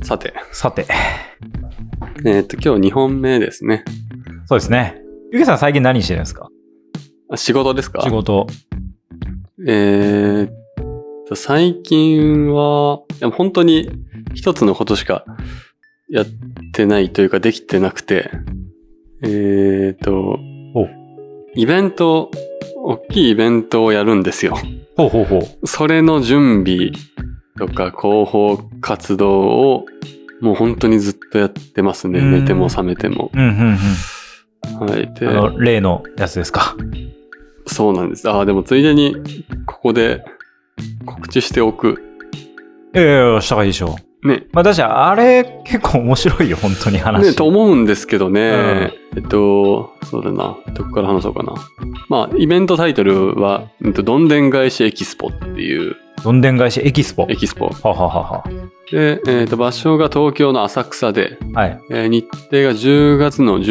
さて。 今日2本目ですね。 そうですね。ゆけさん最近何してるんですか？ 仕事ですか？ 仕事。 最近は、本当に一つのことしかやってないというかできてなくて、イベント、大きいイベントをやるんですよ。 ほう。 それの準備とか広報活動をもう本当にずっとやってますね。寝ても覚めても。はい。で、 例のやつですか？ そうなんです。でもついでにここで告知しておく。 した方がいいでしょう。 ね。 まあ確かにあれ結構面白いよ、本当に話。 ね、と思うんですけどね。そうだな。どこから話そうかな。まあ、イベントタイトルは、どんでん返しエキスポっていう。 どんでん返しエキスポ。 エキスポ。 は。 で、場所が東京の浅草で、 はい。 日程が10月の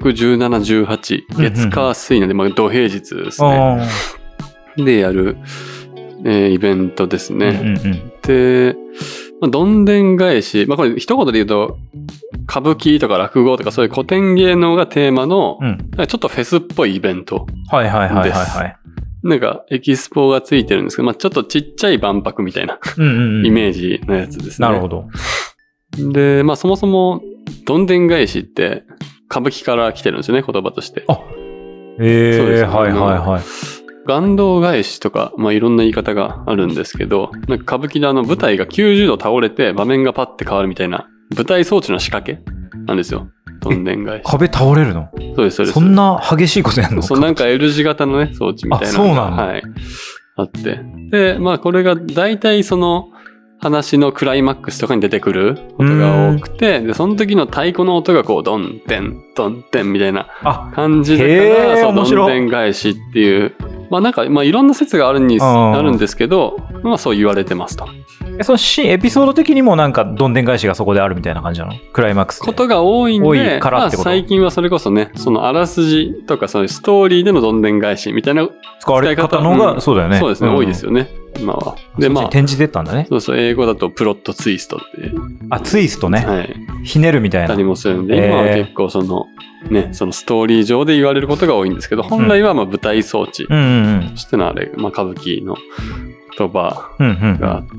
16、17、18、月火水なんで、まあ、土平日ですね。でやる、イベントですね。で、まあ、どんでん返し、まあこれ一言で言うと、歌舞伎とか落語とかそういう古典芸能がテーマの、ちょっとフェスっぽいイベントです。 はい。 なんかエキスポがついてるんですけど、まあちょっとちっちゃい万博みたいなイメージのやつですね。 なるほど。 で、まあそもそもどんでん返しって歌舞伎から来てるんですよね、言葉として。そうですね。 はい。 岩洞返しとか、まあいろんな言い方があるんですけど、なんか歌舞伎で舞台が90度倒れて場面がパッて変わるみたいな舞台装置の仕掛けなんですよ。どんでん返し。 壁倒れるの？ そうです。 そんな激しいことやるの？ そう、なんか L 字型のね、装置みたいな。 そうなの？ はい。あって。で、まあこれが大体その話のクライマックスとかに出てくることが多くて、で、その時の太鼓の音がこう、ドンテン、ドンテンみたいな感じだから、そう、どんでん返しっていう、まあなんか、まあいろんな説があるんですけど、まあそう言われてますと。 そのエピソード的にもなんかどんでん返しがそこであるみたいな感じなの？クライマックスで。 ことが多いんで、 多いからってこと？ まあ最近はそれこそね、そのあらすじとかそういうストーリーでのどんでん返しみたいな使われ方の方が、そうだよね。 そうですね、多いですよね。今は。 で、まあ。転じてったんだね。 そう、英語だとプロットツイストって。 ツイストね。はい。ひねるみたいな。 たりもするんで、今は結構そのストーリー上で言われることが多いんですけど、本来はまあ舞台装置としてのあれ、まあ歌舞伎の言葉があって。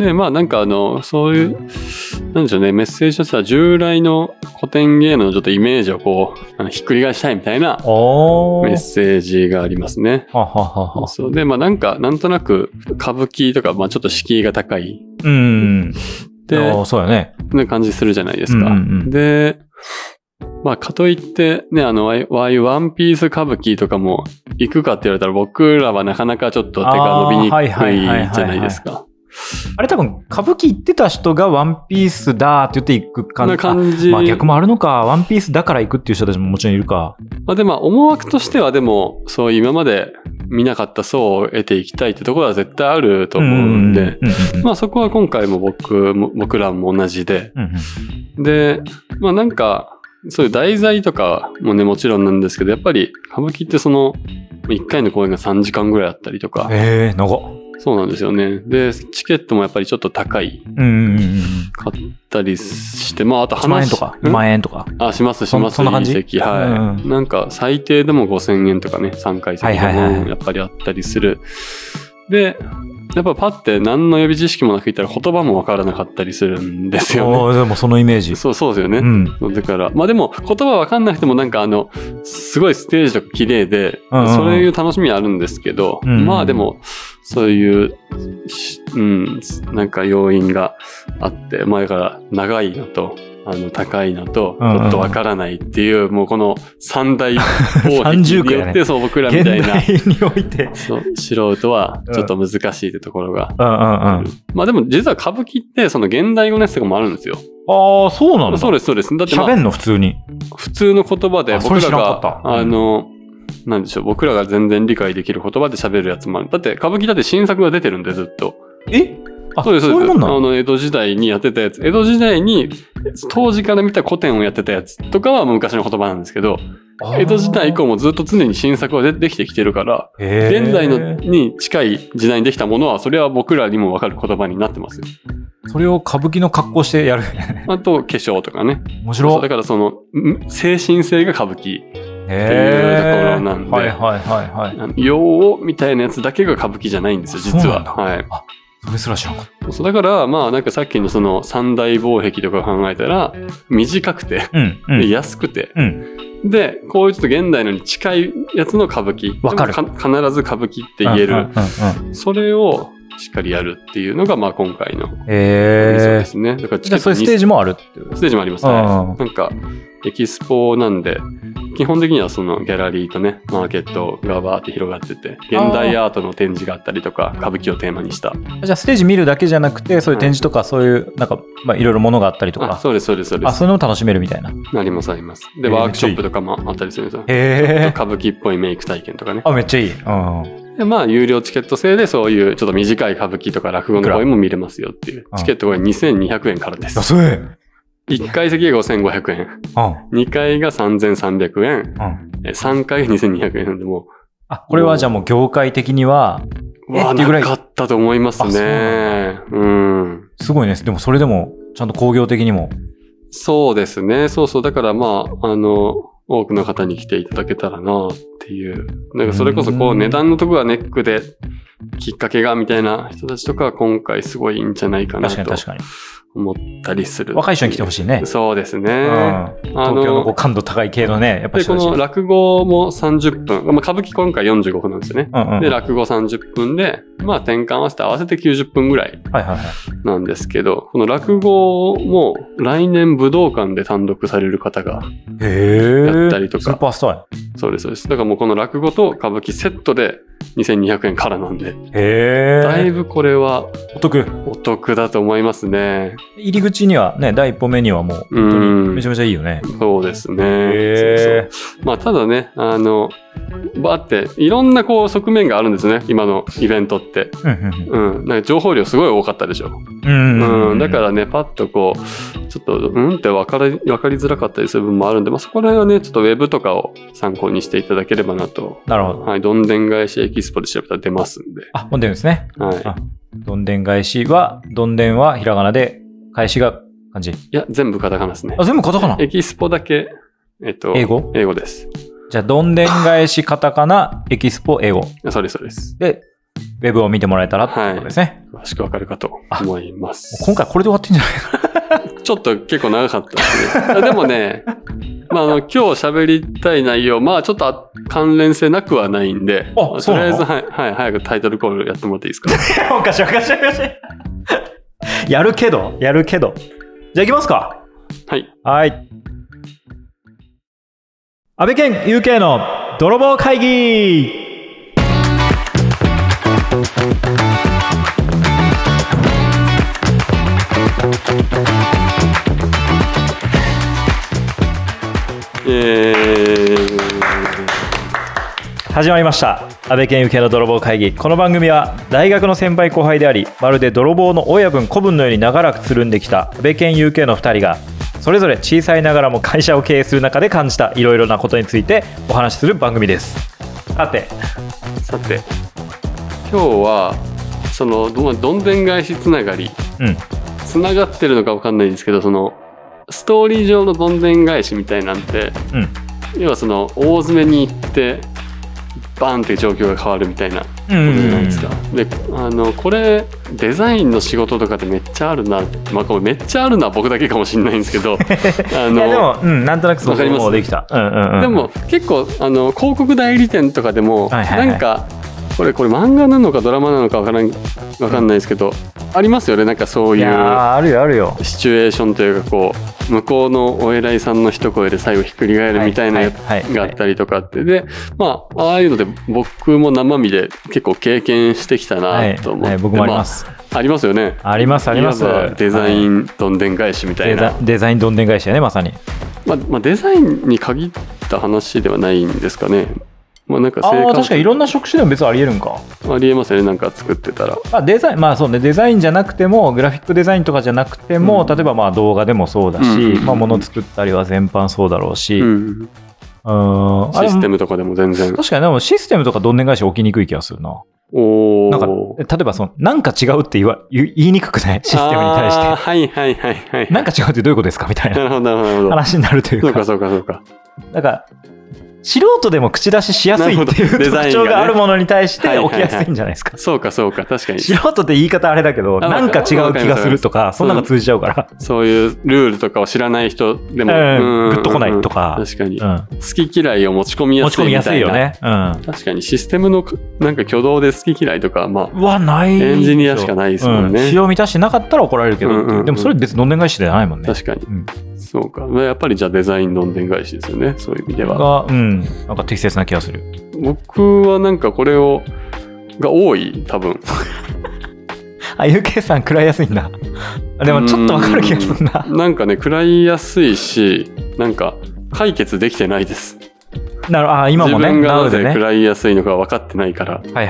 で、まあなんかそういう、なんでしょうね、メッセージとしては従来の古典芸能のちょっとイメージをこう、ひっくり返したいみたいなメッセージがありますね。そうで、まあなんとなく歌舞伎とか、まあちょっと敷居が高い。で、 そうやね。 な感じするじゃないですか。で、まあ、かといってね、ああいうワンピース歌舞伎とかも行くかって言われたら僕らはなかなかちょっと手が伸びにくいじゃないですか。 あれ多分歌舞伎行ってた人がワンピースだって言って行く感じ。まあ逆もあるのか。ワンピースだから行くっていう人たちももちろんいるか。 まあでも思惑としてはでもそう今まで見なかった層を得ていきたいってところは絶対あると思うんで、まあそこは今回も僕らも同じで、で、まあなんかそういう題材とかもねもちろんなんですけど、やっぱり歌舞伎ってその1回の公演が3時間ぐらいあったりとか。 長っ。 そうなんですよね。で、チケットもやっぱりちょっと高い。買ったりして、まああと 1万円とか2万円とか。 します。 そんな感じ？ はい。なんか最低でも5000円とかね、3回席でもやっぱりあったりする。で、やっぱパッて何の予備知識もなく言ったら言葉もわからなかったりするんですよね。 でもそのイメージ。 そうですよね。だから、まあでも言葉わかんなくてもなんかすごいステージとか綺麗で、そういう楽しみはあるんですけど、まあでも、そういう、なんか要因があって、まあだから長いのと、高いのと、ちょっとわからないっていう、もうこの三大大壁によって、そう僕らみたいな、そう素人はちょっと難しいってところが。まあでも実は歌舞伎ってその現代語のやつとかもあるんですよ。 そうなんだ。 そうです。だって喋んの普通に。 普通の言葉で僕らが、なんでしょう、僕らが全然理解できる言葉で喋るやつもある。だって歌舞伎だって新作が出てるんでずっと。そうです。江戸時代にやってたやつ。江戸時代に当時から見た古典をやってたやつとかは昔の言葉なんですけど、江戸時代以降もずっと常に新作はできてきてるから、現代に近い時代にできたものは、それは僕らにもわかる言葉になってますよ。 それを歌舞伎の格好してやる。 あと、化粧とかね。 面白い。 だから精神性が歌舞伎っていうところなんで。 はいはいはいはい。 陽みたいなやつだけが歌舞伎じゃないんですよ、実は。はい。 それすら知らんかった。 そうだから、まあなんかさっきのその三大防壁とか考えたら、短くて、で安くて、で、こういうちょっと現代のに近いやつの歌舞伎。 わかる。 必ず歌舞伎って言える。それをしっかりやるっていうのが、まあ今回の。そうですね。だからじゃあそういうステージもあるっていう。 ステージもありますね。なんか、エキスポなんで、基本的にはそのギャラリーとね、マーケットがバーって広がってて、現代アートの展示があったりとか、歌舞伎をテーマにした。 じゃあステージ見るだけじゃなくて、そういう展示とか、そういう、なんか、まあいろいろものがあったりとか。 そうです、そうです、そうです。 そういうのを楽しめるみたいな。 あります、あります。で、ワークショップとかもあったりするんですよ。歌舞伎っぽいメイク体験とかね。 めっちゃいい。 で、まあ、有料チケット制でそういうちょっと短い歌舞伎とか落語の声も見れますよっていう。チケットが2200円からです。 安い。 1階席が5500円。2階が3300円。3階が2200円なんでもう。 これはじゃあもう業界的には、 なかったと思いますね。 すごいね。でもそれでも、ちゃんと工業的にも。 そうですね。そうそう。だからまあ、多くの方に来ていただけたらなっていう。なんかそれこそこう値段のとこがネックできっかけがみたいな人たちとか今回すごいいいんじゃないかなと思ったりする。 若い人に来てほしいね。 そうですね。 東京の感度高い系のね、やっぱり。 で、この落語も30分。まあ歌舞伎今回45分なんですよね。で、落語30分で、まあ転換合わせて90分ぐらいなんですけど、この落語も来年武道館で単独される方がやったりとか。 スーパースター。 そうです、そうです。だからもうこの落語と歌舞伎セットで2200円からなんで。だいぶこれはお得だと思いますね。 入り口にはね、第一歩目にはもう本当にめちゃめちゃいいよね。 そうですね。まあただね、バーっていろんなこう側面があるんですね、今のイベントって。なんか情報量すごい多かったでしょ。だからね、パッとこう、ちょっと、って分かりづらかったりする部分もあるんで、まあそこら辺はね、ちょっとウェブとかを参考にしていただければなと。 なるほど。 はい、どんでん返しエキスポで調べたら出ますんで。 もう出るんですね。 はい。 どんでん返しは、どんでんはひらがなで、返しが漢字。いや、全部カタカナですね。 全部カタカナ？ エキスポだけ、 英語？ 英語です。 じゃあ、どんでん返しカタカナ、エキスポ英語。 そうです、そうです。 で、ウェブを見てもらえたらってことですね。 詳しくわかるかと思います。 今回これで終わってんじゃないかな。 ちょっと結構長かったですね。でもね、まあ今日喋りたい内容、まあちょっと関連性なくはないんで、とりあえず、はい、早くタイトルコールやってもらっていいですか。 おかしい。やるけど。じゃあ行きますか。 はい。 安倍健 UK の泥棒会議。始まりました。安倍健 UK の泥棒会議。この番組は大学の先輩後輩であり、まるで泥棒の親分子分のように長らくつるんできた安倍健 UK の2人が、それぞれ小さいながらも会社を経営する中で感じたいろいろなことについてお話しする番組です。さて今日はそのどんでん返しつながり、つながってるのか分かんないんですけど、そのストーリー上のどんでん返しみたいなんて、要はその大詰めに行ってバーンって状況が変わるみたいなことじゃないですか。で、これデザインの仕事とかでめっちゃあるな。まあこれめっちゃあるのは僕だけかもしれないんですけど、 いやでも、なんとなくそうもできた。 でも結構広告代理店とかでも、なんかこれ漫画なのかドラマなのかわかんないですけど、ありますよね。なんかそういうあるよシチュエーションというか、こう向こうのお偉いさんの一声で最後ひっくり返るみたいなやつがあったりとかって、でまあああいうので僕も生身で結構経験してきたなと思って、 僕もあります。 ありますよね。 あります。 デザインどんでん返しみたいな。 デザインどんでん返しやね、まさに。 まあデザインに限った話ではないんですかね。まあなんか確かにいろんな職種でも別にありえるんか。 ありえますよね。なんか作ってたら。 デザイン、まあそうね、デザインじゃなくてもグラフィックデザインとかじゃなくても、例えばまあ動画でもそうだし、物作ったりは全般そうだろうし、システムとかでも全然。 確かにでもシステムとかどんでん返し起きにくい気がするな。 なんか例えばなんか違うって言いにくくないシステムに対して。 はいはいはいはい。 なんか違うってどういうことですかみたいな話になるというか。 そうか。 だから素人でも口出ししやすいっていう特徴があるものに対して起きやすいんじゃないですか。 そうか、確かに。 素人って言い方あれだけど、なんか違う気がするとか、そんなのが通じちゃうから。 そういうルールとかを知らない人でも、 グッとこないとか。 確かに。好き嫌いを持ち込みやすいみたいな。 持ち込みやすいよね。 確かにシステムのなんか挙動で好き嫌いとか、まあ、 ないエンジニアしかないですもんね。 仕様満たしてなかったら怒られるけど、でもそれ別にどんでん返しではないもんね。 確かに。そうか。やっぱりじゃあデザインどんでん返しですよね。そういう意味では。 なんか適切な気がする。 僕はなんかこれが多い、多分。 UK さん食らいやすいんだ。でもちょっとわかる気がするな。 なんかね、食らいやすいし、なんか解決できてないです。 今もね。 自分がなぜ食らいやすいのか分かってないから。 はい。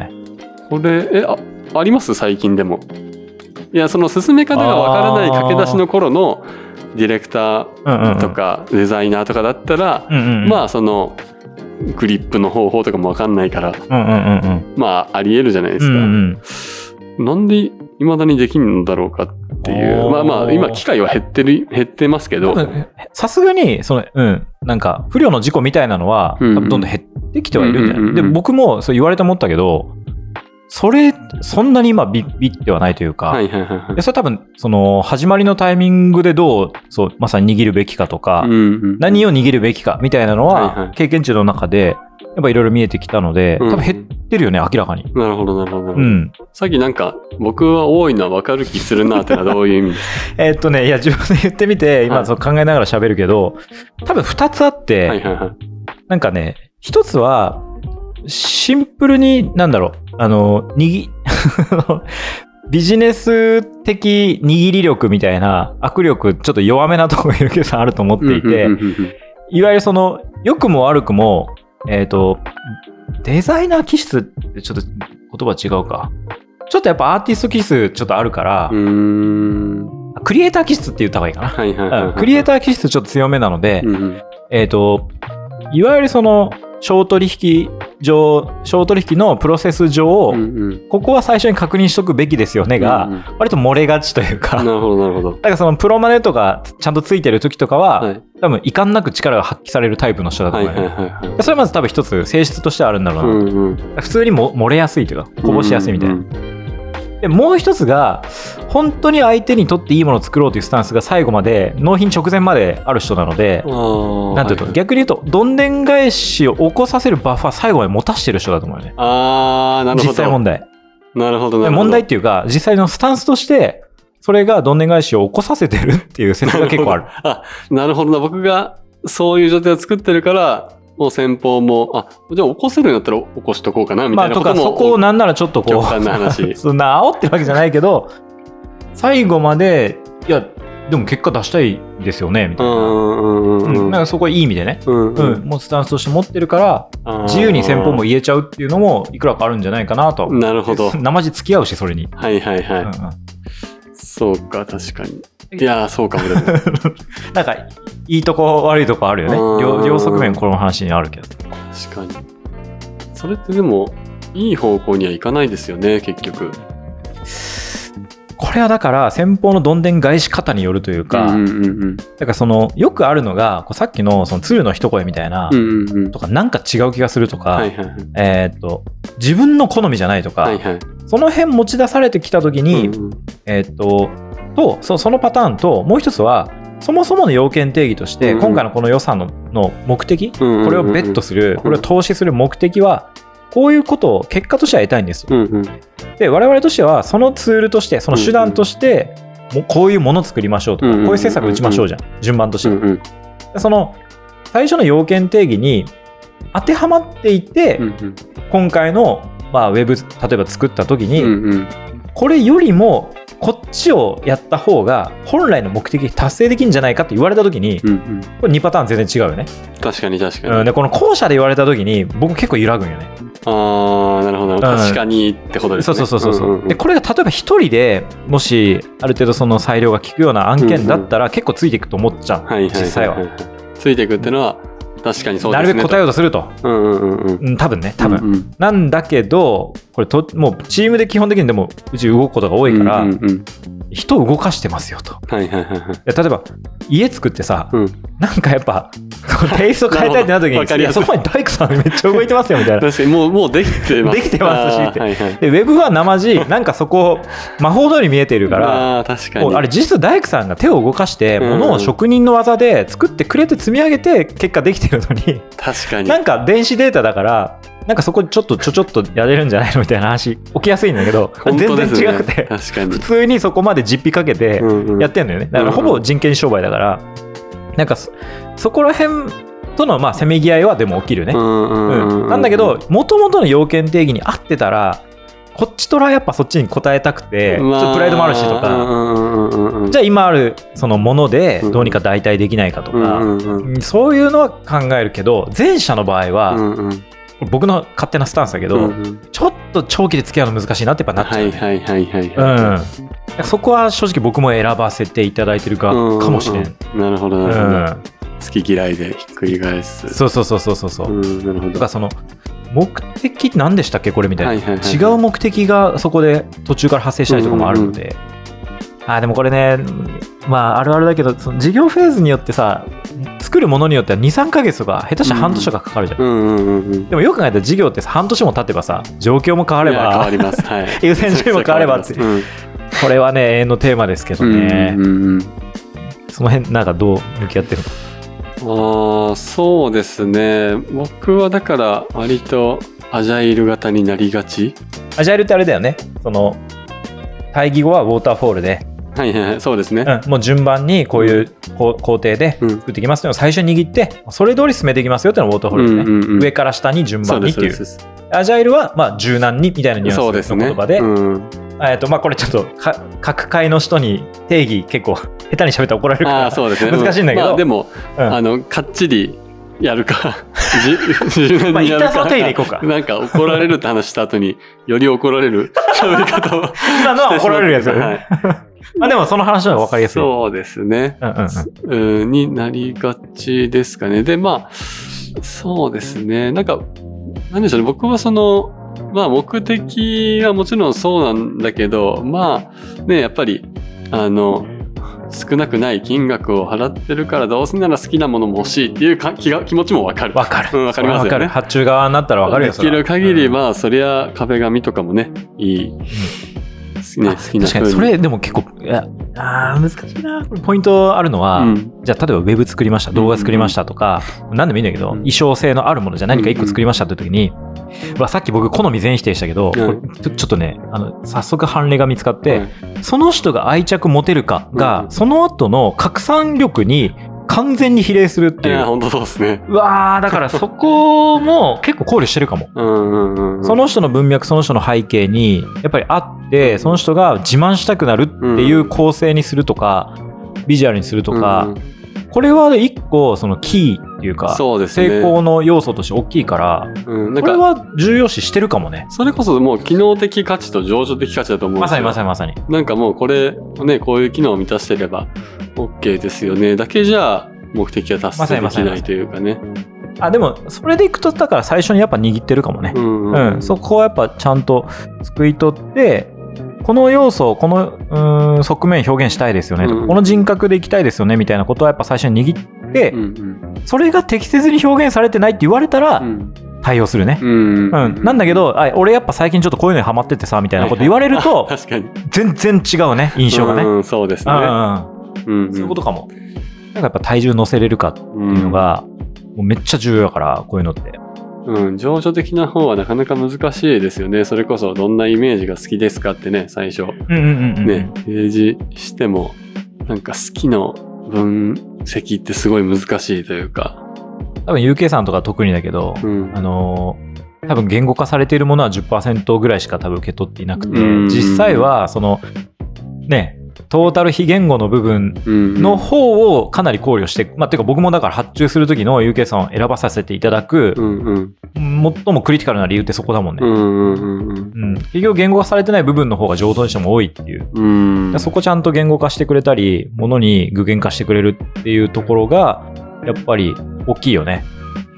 これ、あります最近でも。いや、その進め方が分からない駆け出しの頃のディレクターとかデザイナーとかだったら、まあそのグリップの方法とかも分かんないから、まああり得るじゃないですか。なんで未だにできんのだろうかっていう。まあ今機会は減ってますけど、 さすがになんか不慮の事故みたいなのは多分どんどん減ってきてはいるんじゃない。で僕もそう言われて思ったけど、そんなに今ビってはないというか、それ多分その始まりのタイミングでまさに握るべきかとか、何を握るべきかみたいなのは経験値の中でやっぱいろいろ見えてきたので、多分減ってるよね、明らかに。 なるほど。さっきなんか僕は多いのは分かる気するなってのはどういう意味ですか？ いや自分で言ってみて今考えながら喋るけど、多分2つあって、なんかね、1つはシンプルにビジネス的握り力みたいな握力ちょっと弱めなところがゆうさんあると思っていて、いわゆる良くも悪くもデザイナー気質ってちょっと言葉違うか、ちょっとやっぱアーティスト気質ちょっとあるから、クリエイター気質って言った方がいいかな。クリエイター気質ちょっと強めなので、いわゆる商取引のプロセス上、ここは最初に確認しとくべきですよねが、割と漏れがちというか、 なるほど。 だからプロマネとかちゃんとついてる時とかは、多分遺憾なく力が発揮されるタイプの人だと思うよね。それはまず多分一つ性質としてはあるんだろうな。普通に漏れやすいというか、こぼしやすいみたいな。でもう一つが本当に相手にとっていいものを作ろうというスタンスが最後まで納品直前まである人なので、なんていうと、逆に言うとどんでん返しを起こさせるバッファー最後まで持たしてる人だと思うよね。 なるほど。 実際問題。 なるほど。 問題っていうか実際のスタンスとしてそれがどんでん返しを起こさせてるっていう説が結構ある。 なるほどな。僕がそういう状態を作ってるからもう先方もじゃあ起こせるんだったら起こしとこうかなみたいなことも、 とかそこをなんならちょっとこう極端な話そんな煽ってるわけじゃないけど、最後までいやでも結果出したいですよねみたいな、なんかそこはいい意味でね、もうスタンスとして持ってるから自由に先方も言えちゃうっていうのもいくらかあるんじゃないかなと。 なるほど。 生地付き合うしそれに。 そうか、確かに。いやそうかもでもなんかいいとこ悪いとこあるよね。両側面この話にあるけど。 確かに。それってでもいい方向にはいかないですよね、結局。 これはだから先方のどんでん返し方によるというか、だからよくあるのがさっきの鶴の一声みたいな、とかなんか違う気がするとか、自分の好みじゃないとか、その辺持ち出されてきた時に、そのパターンともう一つはそもそもの要件定義として、今回のこの予算の目的、これをベットする、これを投資する目的はこういうことを結果としては得たいんですよ。で我々としてはそのツールとしてその手段としてもうこういうものを作りましょうとか、こういう施策打ちましょうじゃん、順番として。その最初の要件定義に当てはまっていて、今回のウェブ例えば作った時に、これよりもこっちをやった方が本来の目的達成できるんじゃないかって言われた時に、これ2パターン全然違うよね。 確かに。でこの後者で言われた時に僕結構揺らぐんよね。 なるほど。確かにってことですね。 そう。でこれが例えば一人でもしある程度その裁量が効くような案件だったら結構ついていくと思っちゃう、実際は。 ついていくっていうのは確かにそうですね。 なるべく答えようとすると。多分ね、多分。なんだけど、これもうチームで基本的にでもうち動くことが多いから、人を動かしてますよと。例えば家作ってさ、なんかやっぱテイスト変えたいってなった時に、いやそこに大工さんめっちゃ動いてますよみたいな。 確かにもうできてます。 できてますしって。でウェブは生地なんかそこ魔法通り見えているから、 確かにあれ実質大工さんが手を動かして物を職人の技で作ってくれて積み上げて結果できてるのに、 確かになんか電子データだからなんかそこちょっとやれるんじゃないのみたいな話起きやすいんだけど、全然違くて、普通にそこまで実費かけてやってんのよね。だからほぼ人件商売だから、なんかそこら辺とのせめぎ合いはでも起きるね。なんだけど元々の要件定義に合ってたら、こっちとらやっぱそっちに応えたくて、ちょっとプライドもあるしとか、じゃあ今あるそのものでどうにか代替できないかとか、そういうのは考えるけど、前者の場合は、僕の勝手なスタンスだけど、ちょっと長期で付き合うの難しいなってやっぱなっちゃう。そこは正直僕も選ばせていただいてるかもしれん。 なるほどなるほど。好き嫌いでひっくり返す。 そう。 なるほど。 だからその目的何でしたっけこれみたいな、違う目的がそこで途中から発生したりとかもあるので、でもこれね、あるあるだけど、その事業フェーズによってさ、作るものによっては 2,3 ヶ月とか下手したら半年とかかかるじゃん。でもよく考えたら事業って半年も経てばさ、状況も変われば、 変わります、 優先順位も変わればって、これはね永遠のテーマですけどね。その辺なんかどう向き合ってるの？ そうですね、僕はだから割とアジャイル型になりがち。 アジャイルってあれだよね、その対義語はウォーターフォールで、 そうですね、 もう順番にこういう工程で作っていきますのを最初に握って、それ通り進めていきますよっていうのがウォーターフォールですね。上から下に順番にっていう。アジャイルは柔軟にみたいなニュアンスの言葉で、これちょっと各界の人に定義結構下手に喋ったら怒られるから難しいんだけど、 でもかっちりやるか柔軟にやるか、なんか怒られるって話した後により怒られる喋り方を今のは怒られるやつ。でもその話は分かりやすい。 そうですね、になりがちですかね。でそうですね、なんでしょうね、僕はその目的はもちろんそうなんだけど、やっぱり少なくない金額を払ってるから、どうせなら好きなものも欲しいっていう気持ちも分かる。分かりますよね。 発注側になったら分かるよ。 できる限りそりゃ壁紙とかもね、いい。好きな風に。 確かにそれでも結構難しいな。これポイントあるのは、じゃあ例えばウェブ作りました、動画作りましたとか、何でもいいんだけど、衣装性のあるものじゃ何か一個作りましたって時に、さっき僕好み全否定したけど、ちょっとね早速判例が見つかって、その人が愛着持てるかが、その後の拡散力に完全に比例するっていう。 本当そうですね。 だからそこも結構考慮してるかも。その人の文脈、その人の背景にやっぱりあって、その人が自慢したくなるっていう構成にするとか、ビジュアルにするとか、これは一個そのキーっていうか、成功の要素として大きいから、これは重要視してるかもね。 それこそもう機能的価値と情緒的価値だと思うんですよ。 まさに。 なんかもうこれね、こういう機能を満たしてれば OK ですよねだけじゃ目的は達成できないというかね。 でもそれでいくと、だから最初にやっぱ握ってるかもね。そこはやっぱちゃんと救い取って、この要素、この側面表現したいですよねとか、この人格でいきたいですよねみたいなことはやっぱ最初に握って、それが適切に表現されてないって言われたら対応するね。なんだけど、俺やっぱ最近ちょっとこういうのにハマっててさみたいなこと言われると、 確かに全然違うね、印象がね。 そうですね。 そういうことかも。なんかやっぱ体重乗せれるかっていうのがもうめっちゃ重要だから、こういうのって。 情緒的な方はなかなか難しいですよね。それこそどんなイメージが好きですかってね、最初ね提示しても、なんか好きの分析ってすごい難しいというか。 多分 UK さんとか特にだけど、多分言語化されているものは 10% ぐらいしか多分受け取っていなくて、実際はそのね、トータル非言語の部分の方をかなり考慮して、ていうか僕もだから発注する時の UK さんを選ばさせていただく、最もクリティカルな理由ってそこだもんね。結局言語化されてない部分の方が情動にしても多いっていう。そこちゃんと言語化してくれたり、ものに具現化してくれるっていうところがやっぱり大きいよね。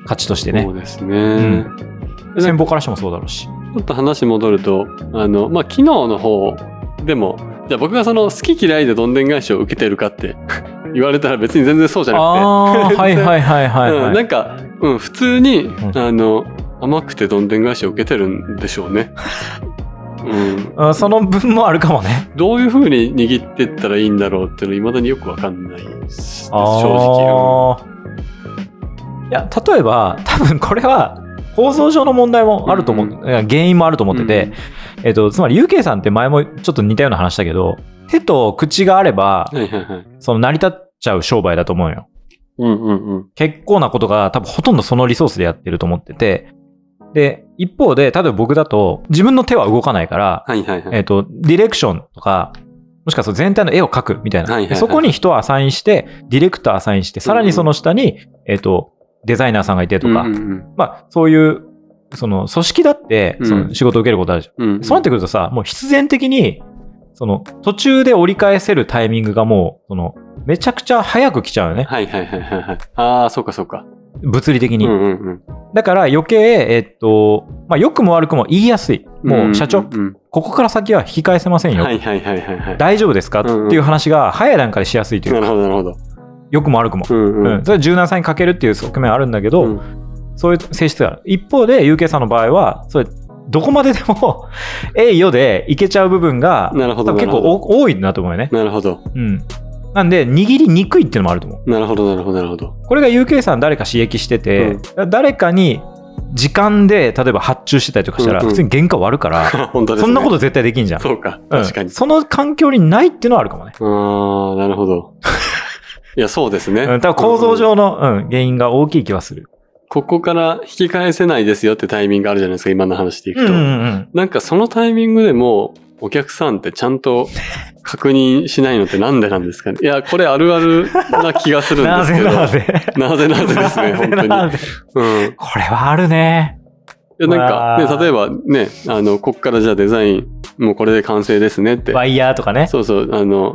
価値としてね。 そうですね。 先方からしてもそうだろうし。 ちょっと話戻ると、機能の方でも、じゃあ僕がその好き嫌いでどんでん返しを受けてるかって言われたら別に全然そうじゃなくて。 はいはいはいはい、はい。 なんか、普通に、甘くてどんでん返しを受けてるんでしょうね。 その分もあるかもね。 どういう風に握っていったらいいんだろうっていうの未だによくわかんないです。正直。 いや、例えば、多分これは構造上の問題もあると思う。原因もあると思ってて、つまり UK さんって前もちょっと似たような話だけど、手と口があれば、その成り立っちゃう商売だと思うよ。結構なことが多分ほとんどそのリソースでやってると思ってて、で、一方で、例えば僕だと、自分の手は動かないから、ディレクションとか、もしくは全体の絵を描くみたいな。そこに人をアサインして、ディレクターアサインして、さらにその下に、デザイナーさんがいてとか、そういう、その組織だって、その仕事を受けることあるじゃん。そうなってくるとさ、もう必然的に、その途中で折り返せるタイミングがもう、めちゃくちゃ早く来ちゃうよね。 ああ、そうかそうか。 物理的に。だから余計、良くも悪くも言いやすい。もう社長、ここから先は引き返せませんよ。大丈夫ですかっていう話が早い段階でしやすいというか。 なるほど、なるほど。 良くも悪くも。それは柔軟さに欠けるっていう側面あるんだけど、そういう性質がある。一方で、UK さんの場合は、それ、どこまででも、えいよでいけちゃう部分が、結構多いなと思うよね。 なるほど。 なんで、握りにくいっていうのもあると思う。 なるほど、なるほど、なるほど。 これが UK さん誰か刺激してて、誰かに時間で、例えば発注してたりとかしたら、普通に原価割るから、そんなこと絶対できんじゃん。 そうか、確かに。 その環境にないっていうのはあるかもね。 なるほど。いや、そうですね。 多分構造上の原因が大きい気はする。 ここから引き返せないですよってタイミングあるじゃないですか、今の話でいくと。なんかそのタイミングでも、お客さんってちゃんと確認しないのってなんでなんですかね。いや、これあるあるな気がするんですけど。なぜですね、本当に。 これはあるね。 いや、なんか、ね、例えばね、こっからじゃあデザイン、もうこれで完成ですねって。 ワイヤーとかね。 そうそう、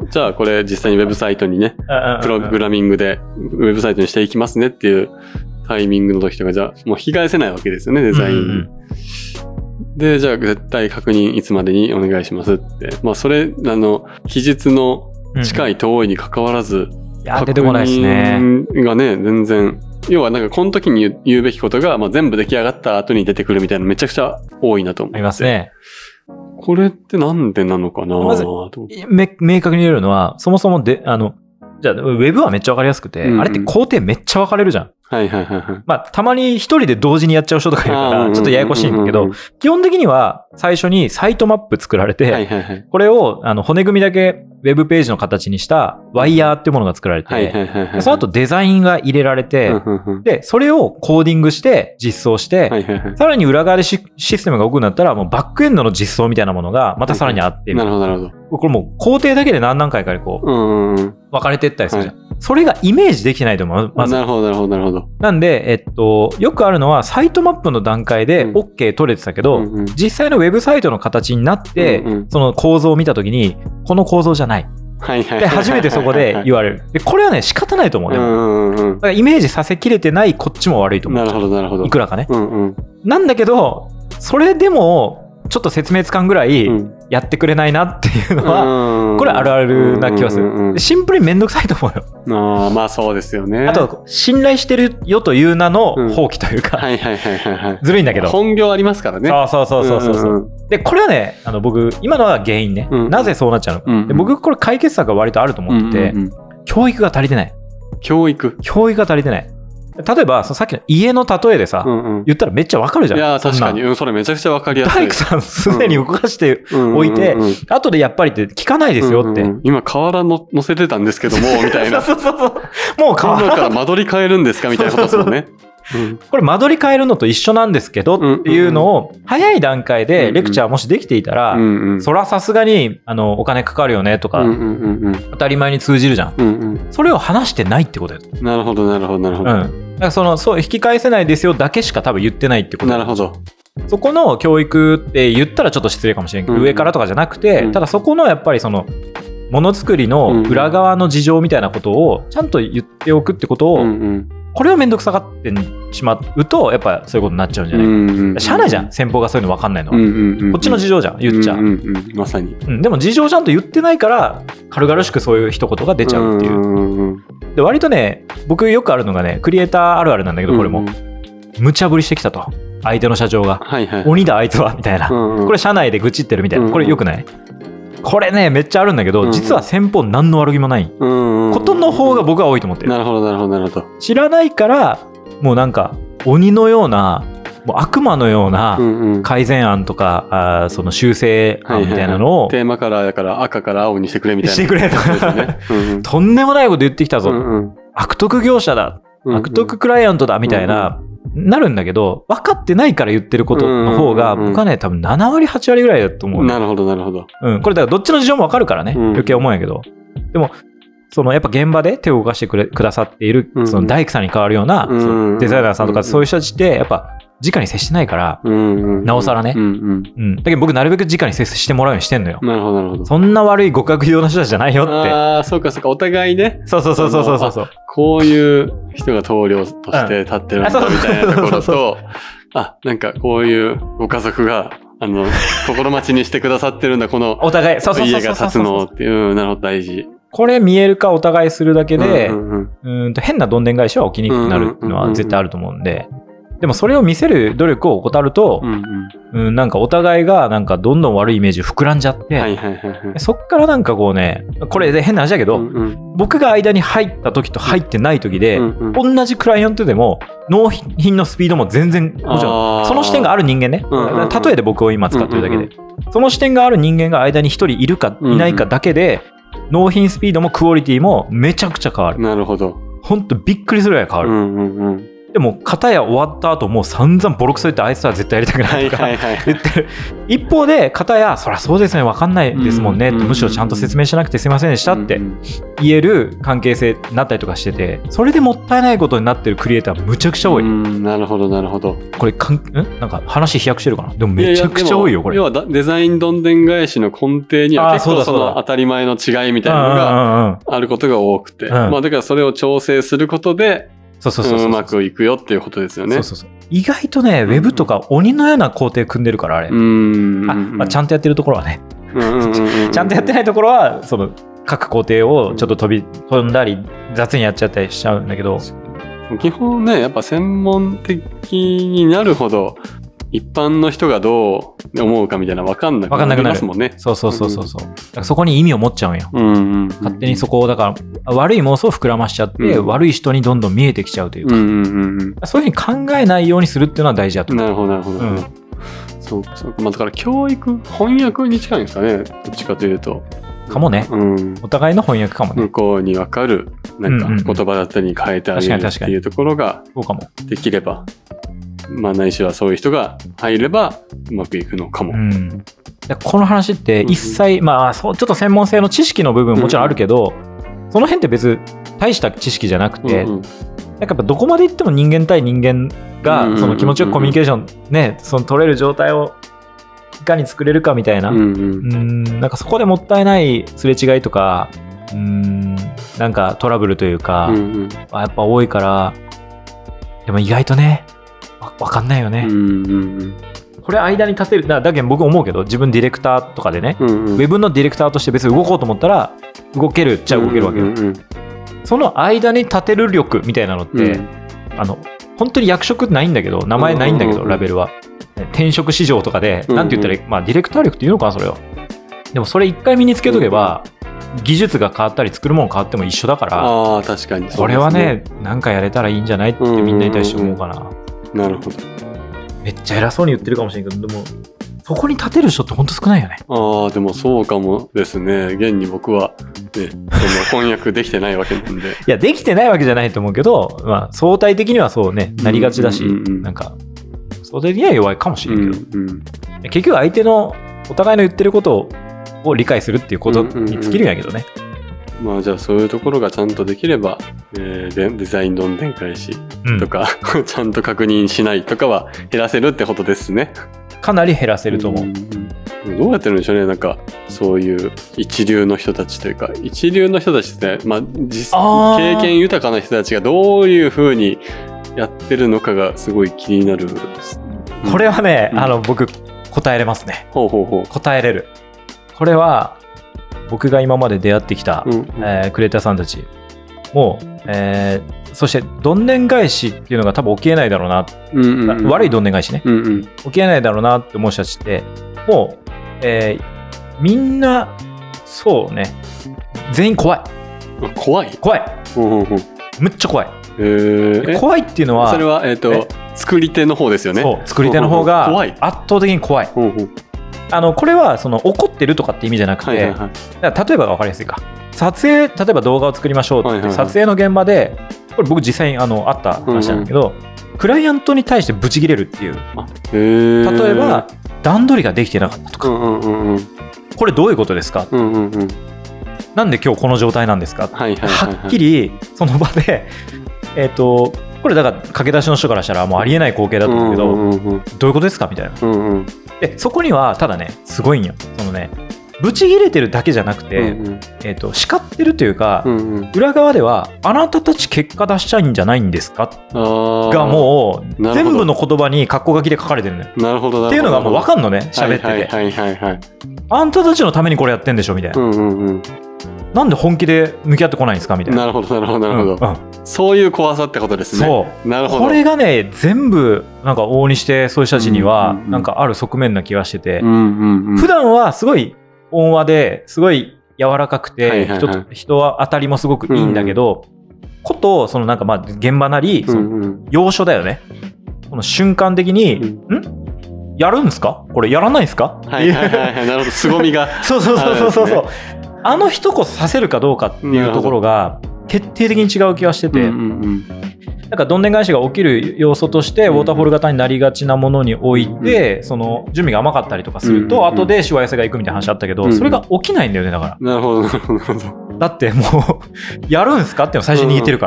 じゃあこれ実際にウェブサイトにね、プログラミングでウェブサイトにしていきますねっていうタイミングの時とか、じゃあもう引き返せないわけですよね、デザインに。で、じゃあ絶対確認いつまでにお願いしますって。まあそれ、期日の近い遠いに関わらず、 出てこないですね。 がね、全然、要はなんかこの時に言うべきことが、まあ、全部出来上がった後に出てくるみたいなめちゃくちゃ多いなと思って。 ありますね。 これってなんでなのかな、 まず明確に言えるのは、そもそもで、じゃあ、ウェブはめっちゃわかりやすくて、あれって工程めっちゃ分かれるじゃん。まあ、たまに一人で同時にやっちゃう人とかいるから、ちょっとややこしいんだけど、基本的には最初にサイトマップ作られて、これを骨組みだけウェブページの形にしたワイヤーっていうものが作られて、その後デザインが入れられて、で、それをコーディングして実装して、さらに裏側でシステムが動くんだったら、もうバックエンドの実装みたいなものがまたさらにあって、 なるほど、なるほど。 これもう工程だけで何段階かでこう、分かれていったりするじゃん。それがイメージできてないと思う。まず。 なるほど、なるほど、なるほど。 なんで、よくあるのは、サイトマップの段階で OK 取れてたけど、実際のウェブサイトの形になって、その構造を見たときに、この構造じゃない。で、初めてそこで言われる。で、これはね、仕方ないと思うね。だからイメージさせきれてないこっちも悪いと思う。 なるほど、なるほど。 いくらかね。なんだけど、それでも、ちょっと説明つかんぐらいやってくれないなっていうのは、これあるあるな気がする。シンプルにめんどくさいと思うよ。 まあそうですよね。 あと、信頼してるよという名の放棄というか、ずるいんだけど。 本業ありますからね。 そう。で、これはね、僕、今のは原因ね。なぜそうなっちゃうのか。で僕、これ解決策が割とあると思ってて、教育が足りてない。教育が足りてない。例えば、さっきの家の例えでさ、言ったらめっちゃわかるじゃん。 いや、確かに。それめちゃくちゃわかりやすい。 大工さんすでに動かしておいて、後でやっぱりって聞かないですよって。 今、瓦乗せてたんですけども、みたいな。 そう。もう瓦から間取り変えるんですかみたいなことですよね。 これ間取り変えるのと一緒なんですけどっていうのを早い段階でレクチャーもしできていたら、そらさすがにお金かかるよねとか当たり前に通じるじゃん。それを話してないってことよ。 なるほど。だからそう引き返せないですよだけしか多分言ってないってこと。 なるほど。 そこの教育って言ったらちょっと失礼かもしれんけど、上からとかじゃなくて、ただそこのやっぱりそのものづくりの裏側の事情みたいなことをちゃんと言っておくってことをこれをめんどくさがってしまうとやっぱそういうことになっちゃうんじゃないか。しゃあないじゃん、先方がそういうの分かんないのは。こっちの事情じゃん、言っちゃう。 まさに。 でも事情ちゃんと言ってないから軽々しくそういう一言が出ちゃうっていう。で割とね、僕よくあるのがね、クリエイターあるあるなんだけど、これも無茶ぶりしてきたと、相手の社長が、鬼だあいつはみたいな、これ社内で愚痴ってるみたいな、これよくない？これねめっちゃあるんだけど、実は先方何の悪気もないことの方が僕は多いと思ってる。 なるほどなるほどなるほど。 知らないからもうなんか鬼のような、もう悪魔のような改善案とか、その修正案みたいなのを、 テーマカラーだから赤から青にしてくれみたいな、 してくれとかとんでもないこと言ってきたぞ、悪徳業者だ、悪徳クライアントだみたいな、なるんだけど、分かってないから言ってることの方が、僕はね多分7割8割ぐらいだと思う。 なるほどなるほど。 これだからどっちの事情も分かるからね、余計思うんやけど、でもそのやっぱ現場で手を動かしてくださっている、その大工さんに代わるような、デザイナーさんとかそういう人たちってやっぱ直に接してないから、なおさらね、だけど僕なるべく直に接してもらうようにしてんのよ。 なるほどなるほど。 そんな悪い極悪用な人たちじゃないよって。 ああ、そうかそうか、お互いね。 そうこういう人が棟梁として立ってるんだみたいなところと、なんかこういうご家族が心待ちにしてくださってるんだ、このお互い家が建つのっていう、なるほど、大事。 これ見える化お互いするだけで、変などんでん返しは起きにくくなるのは絶対あると思うんで、でもそれを見せる努力を怠ると、なんかお互いがなんかどんどん悪いイメージ膨らんじゃって、そっからなんかこうね、これで変な話だけど、僕が間に入った時と入ってない時で、同じクライアントでも納品のスピードも全然、もちろんその視点がある人間ね、例えで僕を今使ってるだけで、その視点がある人間が間に一人いるかいないかだけで、納品スピードもクオリティもめちゃくちゃ変わる。 なるほど。 ほんとびっくりするぐらい変わる。でも片や終わった後もう散々ボロクソ言ってあいつは絶対やりたくないとか言ってる一方で、片やそりゃそうですね、分かんないですもんねって、むしろちゃんと説明しなくてすいませんでしたって言える関係性になったりとかしてて、それでもったいないことになってるクリエイターむちゃくちゃ多い。 なるほどなるほど。 これなんか話飛躍してるかな。でもめちゃくちゃ多いよこれ。 要はデザインどんでん返しの根底には結構その当たり前の違いみたいなのがあることが多くて、だからそれを調整することでうまくいくよっていうことですよね。 意外とね、ウェブとか鬼のような工程組んでるから、あれ。ちゃんとやってるところはね。ちゃんとやってないところは、その各工程をちょっと飛んだり、雑にやっちゃったりしちゃうんだけど。 基本ね、やっぱ専門的になるほど、一般の人がどう思うかみたいな分かんなくなりますもんね。 そう。だからそこに意味を持っちゃうんよ。勝手にそこをだから悪い妄想を膨らましちゃって、悪い人にどんどん見えてきちゃうというか、そういうふうに考えないようにするっていうのは大事だと思う。 なるほど。そうだから教育、翻訳に近いんですかね、どっちかというと。 かもね。お互いの翻訳かもね。 向こうに分かるなんか言葉だったり変えてあげるっていうところができれば。ないしはそういう人が入ればうまくいくのかも。 この話って一切、ちょっと専門性の知識の部分もちろんあるけど、その辺って別大した知識じゃなくて、なんかやっぱどこまで行っても人間対人間がその気持ちよくコミュニケーションね、その取れる状態をいかに作れるかみたいな、なんかそこでもったいないすれ違いとか、なんかトラブルというか、やっぱ多いから、でも意外とね分かんないよね。これ間に立てるだけど僕思うけど、自分ディレクターとかでね、ウェブのディレクターとして別に動こうと思ったら動けるっちゃ動けるわけよ。その間に立てる力みたいなのって、本当に役職ないんだけど、名前ないんだけど、ラベルは転職市場とかでなんて言ったら、ディレクター力っていうのかな、それを。でもそれ一回身につけとけば、技術が変わったり作るもの変わっても一緒だから、 確かにこれはね、なんかやれたらいいんじゃないってみんなに対して思うかな。 なるほど。 めっちゃ偉そうに言ってるかもしれんけど、でもそこに立てる人って本当少ないよね。 でもそうかもですね。現に僕は、ね、その翻訳できてないわけなんで。 いや、できてないわけじゃないと思うけど、相対的にはそうね、なりがちだし、なんか相対的には弱いかもしれんけど、結局相手のお互いの言ってることを理解するっていうことに尽きるんやけどね。 じゃあそういうところがちゃんとできれば、デザインどんでん返しとか、ちゃんと確認しないとかは減らせるってことですね。 かなり減らせると思う。 どうやってるんでしょうね。なんかそういう一流の人たちというか、一流の人たちって、まあ、経験豊かな人たちがどういうふうにやってるのかがすごい気になる。 これはね、僕答えれますね。答えれる。これは僕が今まで出会ってきた、クリエイターさんたちも、そしてどんでん返しっていうのが多分起きえないだろうな、悪いどんでん返しね、起きえないだろうなって思う人たちってもう、みんなそうね、全員怖い。むっちゃ怖い。怖いっていうのは、 それは作り手の方ですよね。 そう、作り手の方が圧倒的に怖い。これはその怒ってるとかって意味じゃなくて、例えばが分かりやすいか、例えば動画を作りましょうって、撮影の現場で、これ僕実際にあった話なんだけど、クライアントに対してブチ切れるっていう。例えば段取りができてなかったとか、これどういうことですか、なんで今日この状態なんですか、はっきりその場でこれだから駆け出しの人からしたらもうありえない光景だと思うけど、どういうことですかみたいな。でそこにはただね、すごいんよ。そのね、ブチ切れてるだけじゃなくて、叱ってるというか、裏側ではあなたたち結果出したいんじゃないんですかがもう全部の言葉に括弧書きで書かれてるのよ。 なるほど。 っていうのがもう分かんのね、喋ってて。あんたたちのためにこれやってんでしょみたいな。なんで本気で向き合ってこないんですかみたいな。 なるほど。そういう怖さってことですね。 そう。 なるほど。 これがね、全部なんか往々にしてそういう人たちにはなんかある側面な気がしてて、普段はすごい温和ですごい柔らかくて、人は当たりもすごくいいんだけど、ことそのなんかまあ現場なりその要所だよね。この瞬間的にやるんですか？これやらないんですか？ なるほど。凄みが。 そう。あの一言させるかどうかっていうところが決定的に違う気がしてて、なんかどんでん返しが起きる要素としてウォーターフォール型になりがちなものにおいて、その準備が甘かったりとかすると、後でしわ寄せがいくみたいな話あったけど、それが起きないんだよね。だからなるほど。 だってもうやるんすかっていうの最初に握ってるから、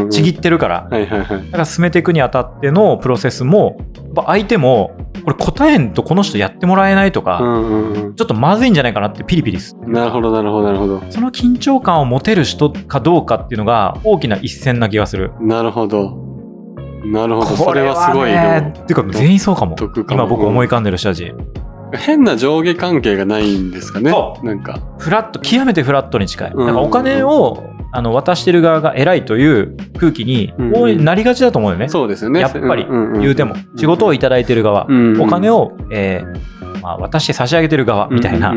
ちぎってるから、だから進めていくにあたってのプロセスも相手もこれ答えんとこの人やってもらえないとか、ちょっとまずいんじゃないかなってピリピリする。 なるほど。 その緊張感を持てる人かどうかっていうのが大きな一線な気がする。 なるほど。それはすごいね。 っていうか全員そうかも。今僕思い浮かんでる人たち。 変な上下関係がないんですかね。なんかフラット、極めてフラットに近い。なんかお金を渡してる側が偉いという空気になりがちだと思うよね。 そうですよね。 やっぱり言うても仕事をいただいてる側、お金を渡して差し上げてる側みたいな、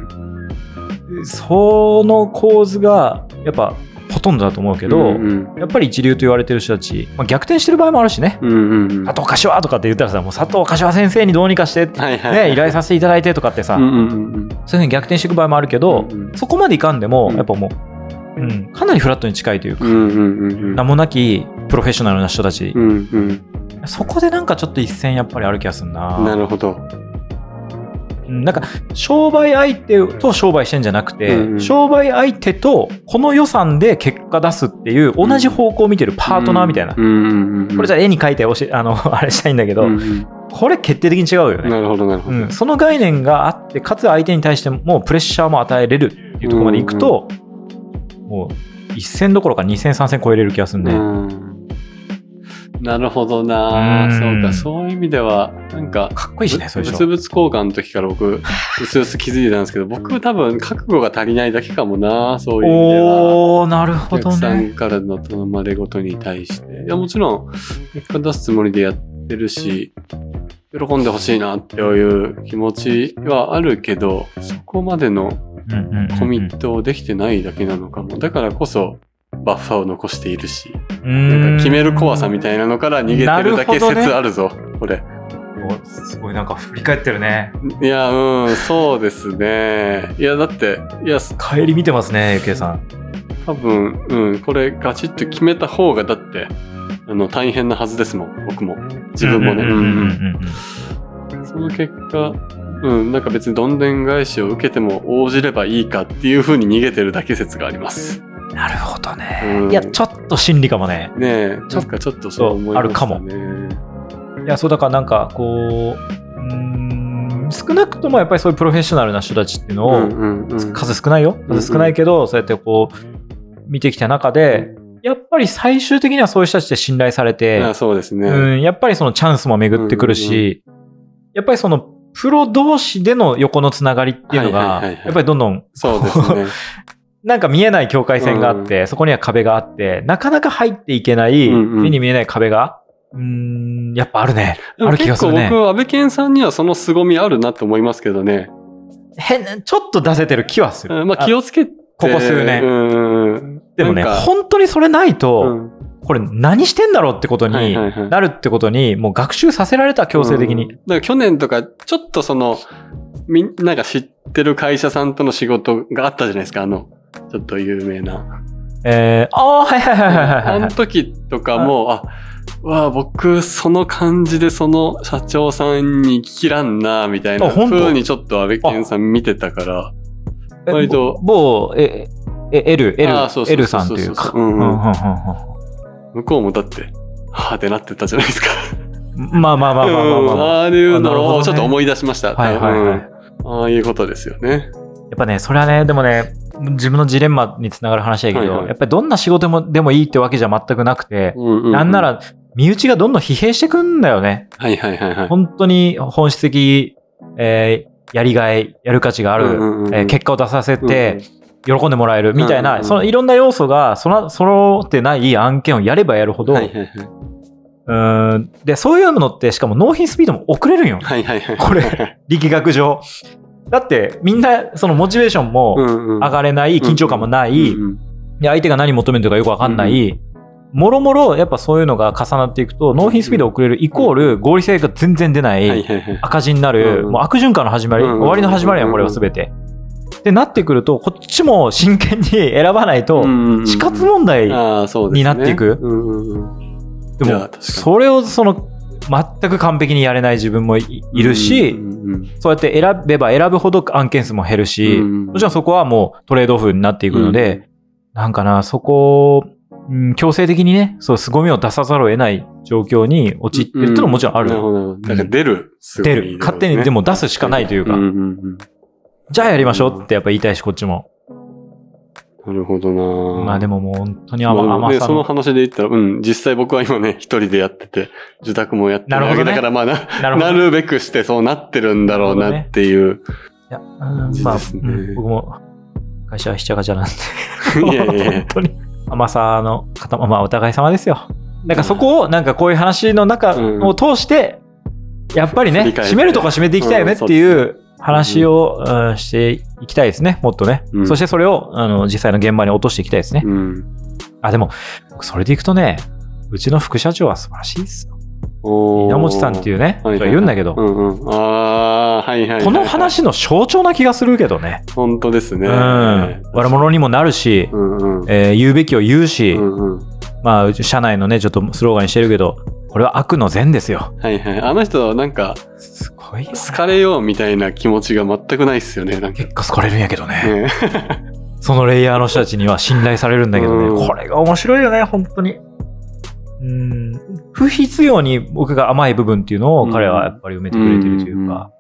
その構図がやっぱほとんどだと思うけど、やっぱり一流と言われてる人たち、逆転してる場合もあるしね。佐藤柏とかって言ったらさ、もう佐藤柏先生にどうにかして依頼させていただいてとかってさ、そういうふうに逆転していく場合もあるけど、そこまでいかんでもやっぱもう、かなりフラットに近いというか、名もなきプロフェッショナルな人たち、そこでなんかちょっと一線やっぱりある気がするな。 なるほど。 なんか商売相手と商売してんじゃなくて、商売相手とこの予算で結果出すっていう同じ方向を見てるパートナーみたいな、これじゃあ絵に描いてあれしたいんだけど、これ決定的に違うよね。 なるほど。 その概念があって、かつ相手に対してもプレッシャーも与えれるっていうところまでいくと、もう1戦どころか2戦3戦超えれる気がするね。 なるほどな。そうか、そういう意味ではなんかかっこいいしね。そういう物々交換の時から僕うすうす気づいてたんですけど、僕多分覚悟が足りないだけかもな。そういう意味では。 なるほどね。 お客さんからの頼まれごとに対して、いやもちろん結果出すつもりでやってるし、喜んでほしいなっていう気持ちはあるけど、そこまでのコミットをできてないだけなのかも。だからこそバッファーを残しているし、なんか決める怖さみたいなのから逃げてるだけ説あるぞ、これ。 すごいなんか振り返ってるね。 いや、そうですね。いや、だって、 帰り見てますね、ゆけいさん。 多分、これガチッと決めた方が、だって、大変なはずですもん、僕も。自分もね。その結果、なんか別にどんでん返しを受けても応じればいいかっていう風に逃げてるだけ説があります。 なるほどね。いや、ちょっと心理かもね。 ねえ、ちょっとそう思いましたね。 あるかも。いや、そうだからなんかこう、 少なくともやっぱりそういうプロフェッショナルな人たちっていうのを、数少ないよ。数少ないけど、そうやってこう、見てきた中で、やっぱり最終的にはそういう人たちで信頼されて、 そうですね。 やっぱりそのチャンスも巡ってくるし、やっぱりそのプロ同士での横のつながりっていうのが、やっぱりどんどん、 そうですね。 なんか見えない境界線があって、そこには壁があって、なかなか入っていけない、目に見えない壁が、やっぱあるね。ある気がするね。 結構僕、安倍健さんにはその凄みあるなって思いますけどね。 ちょっと出せてる気はする。 まあ気をつけて。 ここ数年。でもね、本当にそれないと、これ何してんだろうってことになるってことに、もう学習させられた、強制的に。 だから去年とか、ちょっとその、みんなが知ってる会社さんとの仕事があったじゃないですか、ちょっと有名な。 はいはいはいはい。 あの時とかも、僕、その感じでその社長さんに聞きらんな、みたいな風にちょっと安倍健さん見てたから、割と。 某、L さんっていうか。 向こうもだって、はぁってなってたじゃないですか。 まあ。 ああいうのをちょっと思い出しました。 はい。 ああいうことですよね。 やっぱね、それはね、でもね、自分のジレンマにつながる話だけど、やっぱりどんな仕事でもいいってわけじゃ全くなくて、なんなら、身内がどんどん疲弊してくんだよね。本当に本質的、やりがい、やる価値がある、結果を出させて、喜んでもらえるみたいな、そのいろんな要素が揃ってない案件をやればやるほど、で、そういうのって、しかも納品スピードも遅れるんよ。これ、力学上。だって、みんな、そのモチベーションも上がれない、緊張感もない、相手が何求めてるかよくわかんない、もろもろ、やっぱそういうのが重なっていくと、納品スピード遅れるイコール合理性が全然出ない、赤字になる、もう悪循環の始まり、終わりの始まりやん、これは全て。ってなってくると、こっちも真剣に選ばないと、死活問題になっていく。でも、それを全く完璧にやれない自分もいるし、そうやって選べば選ぶほど案件数も減るし、もちろんそこはもうトレードオフになっていくので、なんかな、そこを、強制的にね、凄みを出さざるを得ない状況に陥ってるっていうのももちろんある。 なるほど。だから出る。 出る。勝手にでも出すしかないというか。じゃあやりましょうってやっぱ言いたいし、こっちも。 なるほどな。 まあでももう本当に甘さその話で言ったら、実際僕は今ね、一人でやってて、受託もやってるわけだから、まあなるべくしてそうなってるんだろうなっていう。いや、 まあ、僕も会社はひちゃがちゃなんで。いや本当に甘さの方、まあお互い様ですよ。なんかそこを、なんかこういう話の中を通して、やっぱりね、締めるとこ締めていきたいよねっていう話をしていきたいですね、もっとね。そしてそれを実際の現場に落としていきたいですね。でも、僕それでいくとね、うちの副社長は素晴らしいですよ。稲持さんっていうね、人が言うんだけど、この話の象徴な気がするけどね。 本当ですね。 悪者にもなるし、言うべきを言うし、まあ、社内のね、ちょっとスローガンにしてるけど、これは悪の善ですよ。 あの人、なんか、 すごいよ、ね。 好かれようみたいな気持ちが全くないっすよね。 結果好かれるんやけどね。そのレイヤーの人たちには信頼されるんだけどね。これが面白いよね、本当に。不必要に僕が甘い部分っていうのを彼はやっぱり埋めてくれてるというか、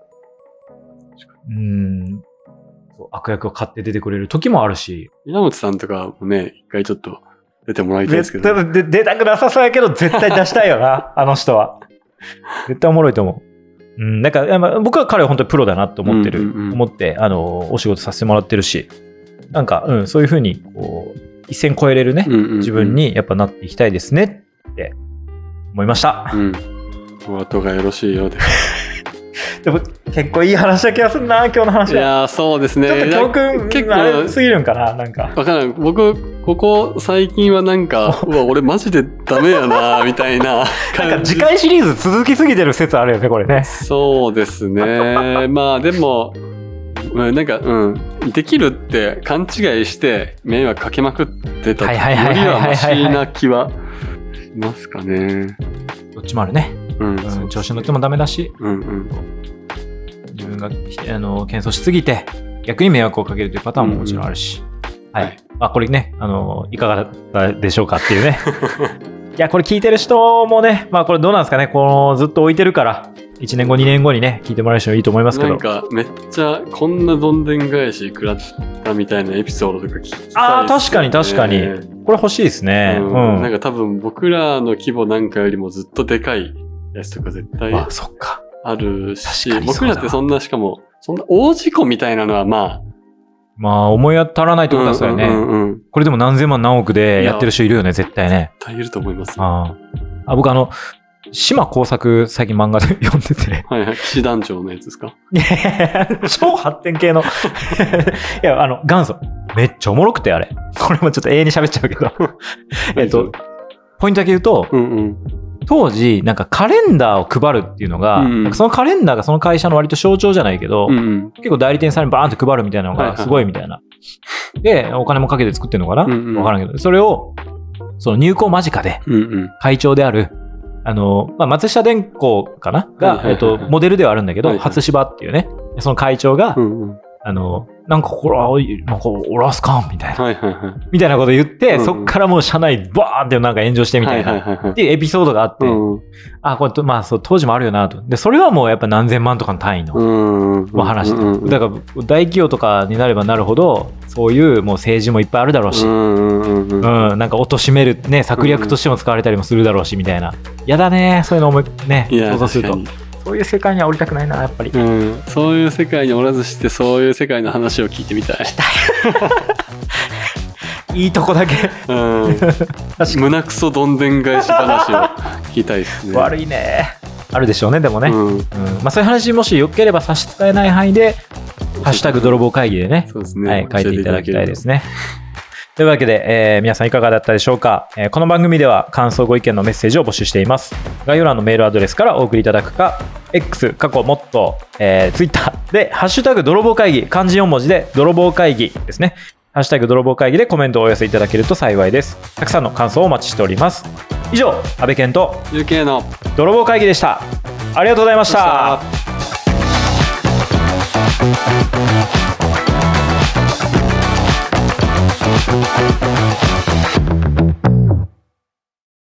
悪役を買って出てくれる時もあるし。 稲本さんとかもね、一回ちょっと出てもらいたいですけど、ね。 出たくなさそうやけど、絶対出したいよな、あの人は。絶対おもろいと思う。なんか、僕は彼は本当にプロだなと思ってる、思って、お仕事させてもらってるし、なんか、そういうふうに、こう、一線越えれるね、自分にやっぱなっていきたいですねって思いました。 お後がよろしいようです。 でも結構いい話だ気がするな、今日の話は。 いやそうですね。 ちょっと教訓結構すぎるんかな、なんか。 わからん。僕、ここ最近はなんか、俺マジでダメやな、みたいな感じ。 なんか次回シリーズ続きすぎてる説あるよね、これね。 そうですね。まあでも、なんか、できるって勘違いして迷惑かけまくってたよりはマシな気はしますかね。 どっちもあるね。調子乗ってもダメだし、自分が謙遜しすぎて逆に迷惑をかけるというパターンももちろんあるし、これね、いかがだったでしょうかっていうね。いや、これ聞いてる人もね、これどうなんですかね、ずっと置いてるから、 1年後2年後にね聞いてもらえる人いいと思いますけど、 なんかめっちゃこんなどんでん返し食らったみたいなエピソードとか聞きたいです、ね、 ああ確かに確かにこれ欲しいですね、 なんか多分僕らの規模なんかよりもずっとでかいやつとか絶対あるし、僕らってそんなしかもそんな大事故みたいなのはまあ思い当たらないってことですよね、これでも何千万何億でやってる人いるよね絶対ね。 絶対いると思います、 僕島耕作最近漫画で読んでて。 はいはい。騎士団長のやつですか？ いや超発展系の。いや、元祖。めっちゃおもろくて、あれ。これもちょっと永遠に喋っちゃうけど。ポイントだけ言うと、当時、なんかカレンダーを配るっていうのが、なんかそのカレンダーがその会社の割と象徴じゃないけど、結構代理店さんにバーンと配るみたいなのがすごいみたいな。で、お金もかけて作ってるのかな、わからんけど、それを、その入校間近で、会長である、松下電工かなが、モデルではあるんだけど、初芝っていうね、その会長が、なんかこれ、なんかおらすかんみたいな。みたいなこと言って、そっからもう社内バーンってなんか炎上してみたいな。っていうエピソードがあって、これ、まあそう当時もあるよなと。で、それはもうやっぱ何千万とかの単位の話で。だから大企業とかになればなるほど、そういうもう政治もいっぱいあるだろうし、なんか貶めるね、策略としても使われたりもするだろうし、みたいな。やだね、そういうのをね、想像すると。そういう世界には降りたくないな、やっぱり。 そういう世界におらずして、そういう世界の話を聞いてみたい。 いいとこだけ。 胸くそどんでん返し話を聞きたいですね。 悪いね。あるでしょうね、でもね。そういう話もしよければ差し支えない範囲で、ハッシュタグ泥棒会議でね、書いていただきたいですね。というわけで、皆さんいかがだったでしょうか。この番組では感想ご意見のメッセージを募集しています。概要欄のメールアドレスからお送りいただくか、X 過去もっと、Twitter でハッシュタグ泥棒会議、漢字4文字で泥棒会議ですね。ハッシュタグ泥棒会議でコメントをお寄せいただけると幸いです。たくさんの感想をお待ちしております。以上、安倍健と UK の泥棒会議でした。ありがとうございました。We'll be right back.